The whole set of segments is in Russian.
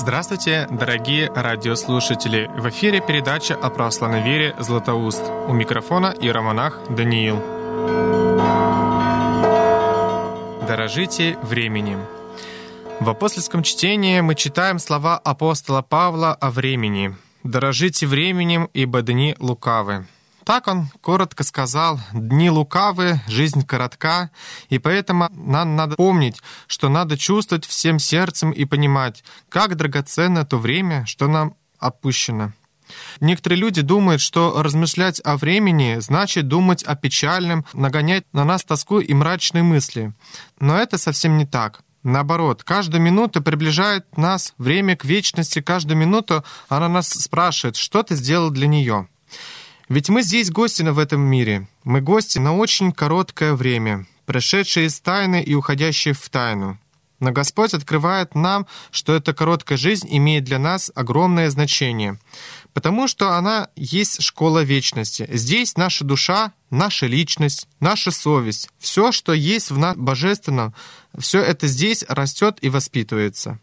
Здравствуйте, дорогие радиослушатели! В эфире передача о православной вере «Златоуст». У микрофона иеромонах Даниил. Дорожите временем. В апостольском чтении мы читаем слова апостола Павла о времени. «Дорожите временем, ибо дни лукавы». Так он коротко сказал: «Дни лукавы, жизнь коротка», и поэтому нам надо помнить, что надо чувствовать всем сердцем и понимать, как драгоценно то время, что нам отпущено. Некоторые люди думают, что размышлять о времени значит думать о печальном, нагонять на нас тоску и мрачные мысли. Но это совсем не так. Наоборот, каждую минуту приближает нас время к вечности, каждую минуту она нас спрашивает, что ты сделал для нее. Ведь мы здесь гости в этом мире. Мы гости на очень короткое время, пришедшие из тайны и уходящие в тайну. Но Господь открывает нам, что эта короткая жизнь имеет для нас огромное значение, потому что она есть школа вечности. Здесь наша душа, наша личность, наша совесть, все, что есть в нас божественном, все это здесь растет и воспитывается.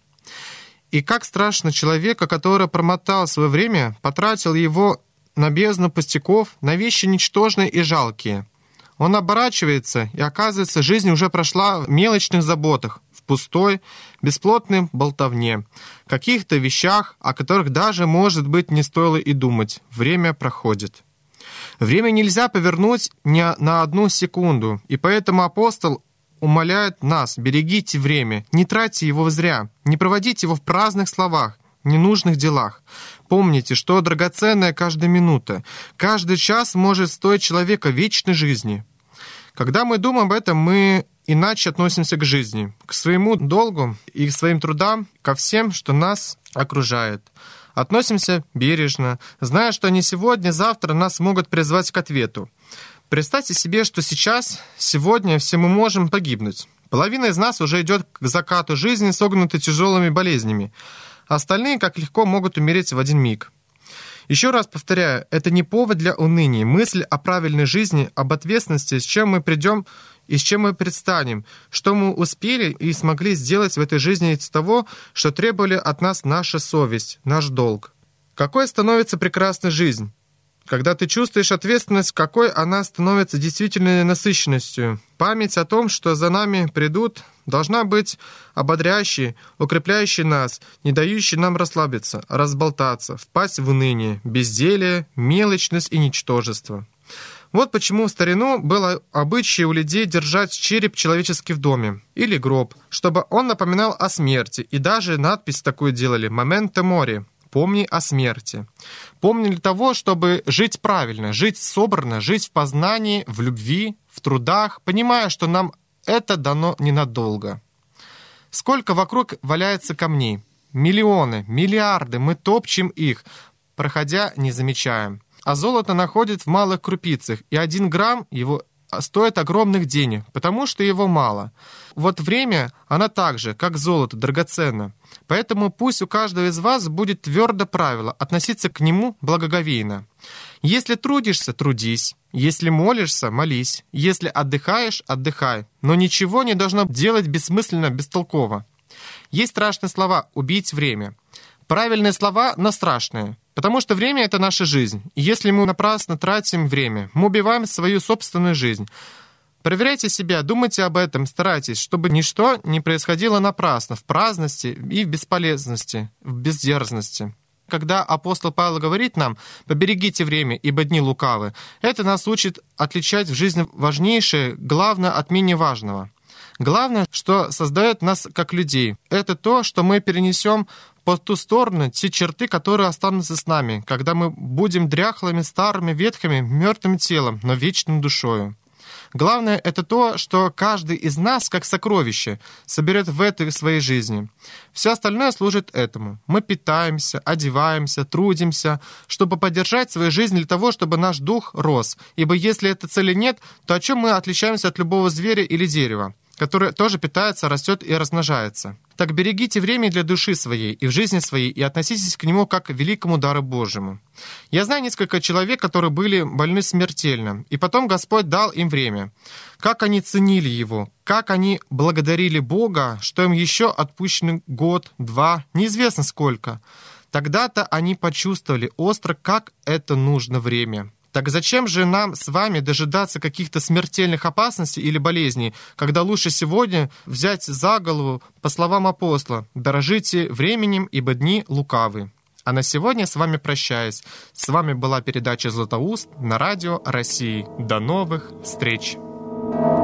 И как страшно человека, который промотал свое время, потратил его на бездну пустяков, на вещи ничтожные и жалкие. Он оборачивается, и оказывается, жизнь уже прошла в мелочных заботах, в пустой, бесплотной болтовне, каких-то вещах, о которых даже, может быть, не стоило и думать. Время проходит. Время нельзя повернуть ни на одну секунду, и поэтому апостол умоляет нас: берегите время, не тратьте его зря, не проводите его в праздных словах, ненужных делах. Помните, что драгоценная каждая минута, каждый час может стоить человека вечной жизни. Когда мы думаем об этом, мы иначе относимся к жизни, к своему долгу и к своим трудам, ко всем, что нас окружает. Относимся бережно, зная, что не сегодня, завтра нас могут призвать к ответу. Представьте себе, что сейчас, сегодня все мы можем погибнуть. Половина из нас уже идет к закату жизни, согнутой тяжелыми болезнями. Остальные, как легко, могут умереть в один миг. Еще раз повторяю, это не повод для уныния. Мысль о правильной жизни, об ответственности, с чем мы придем и с чем мы предстанем, что мы успели и смогли сделать в этой жизни из того, что требовали от нас наша совесть, наш долг. Какой становится прекрасной жизнь? Когда ты чувствуешь ответственность, какой она становится действительной насыщенностью. Память о том, что за нами придут, должна быть ободряющей, укрепляющей нас, не дающей нам расслабиться, разболтаться, впасть в уныние, безделие, мелочность и ничтожество. Вот почему в старину было обычай у людей держать череп человеческий в доме или гроб, чтобы он напоминал о смерти, и даже надпись такую делали «Моменто мори». Помни о смерти. Помни для того, чтобы жить правильно, жить собранно, жить в познании, в любви, в трудах, понимая, что нам это дано ненадолго. Сколько вокруг валяется камней? Миллионы, миллиарды, мы топчем их, проходя не замечаем. А золото находит в малых крупицах, и 1 грамм его стоит огромных денег, потому что его мало. Вот время, оно так же, как золото, драгоценно. Поэтому пусть у каждого из вас будет твердо правило относиться к нему благоговейно. Если трудишься, трудись. Если молишься, молись. Если отдыхаешь, отдыхай. Но ничего не должно делать бессмысленно, бестолково. Есть страшные слова «убить время». Правильные слова, но страшные. Потому что время — это наша жизнь. И если мы напрасно тратим время, мы убиваем свою собственную жизнь. Проверяйте себя, думайте об этом, старайтесь, чтобы ничто не происходило напрасно, в праздности и в бесполезности, в бездерзности. Когда апостол Павел говорит нам «поберегите время, ибо дни лукавы», это нас учит отличать в жизни важнейшее, главное от менее важного. Главное, что создает нас как людей, это то, что мы перенесем по ту сторону те черты, которые останутся с нами, когда мы будем дряхлыми, старыми, ветхими, мертвым телом, но вечной душою. Главное — это то, что каждый из нас, как сокровище, соберет в этой своей жизни. Все остальное служит этому. Мы питаемся, одеваемся, трудимся, чтобы поддержать свою жизнь для того, чтобы наш дух рос. Ибо если этой цели нет, то о чем мы отличаемся от любого зверя или дерева, которое тоже питается, растет и размножается? Так берегите время для души своей и в жизни своей, и относитесь к нему как к великому дару Божьему. Я знаю несколько человек, которые были больны смертельно, и потом Господь дал им время. Как они ценили его, как они благодарили Бога, что им еще отпущен год, два, неизвестно сколько. Тогда-то они почувствовали остро, как это нужно время. Так зачем же нам с вами дожидаться каких-то смертельных опасностей или болезней, когда лучше сегодня взять за голову, по словам апостола, «Дорожите временем, ибо дни лукавы». А на сегодня с вами прощаюсь. С вами была передача «Златоуст» на Радио России. До новых встреч!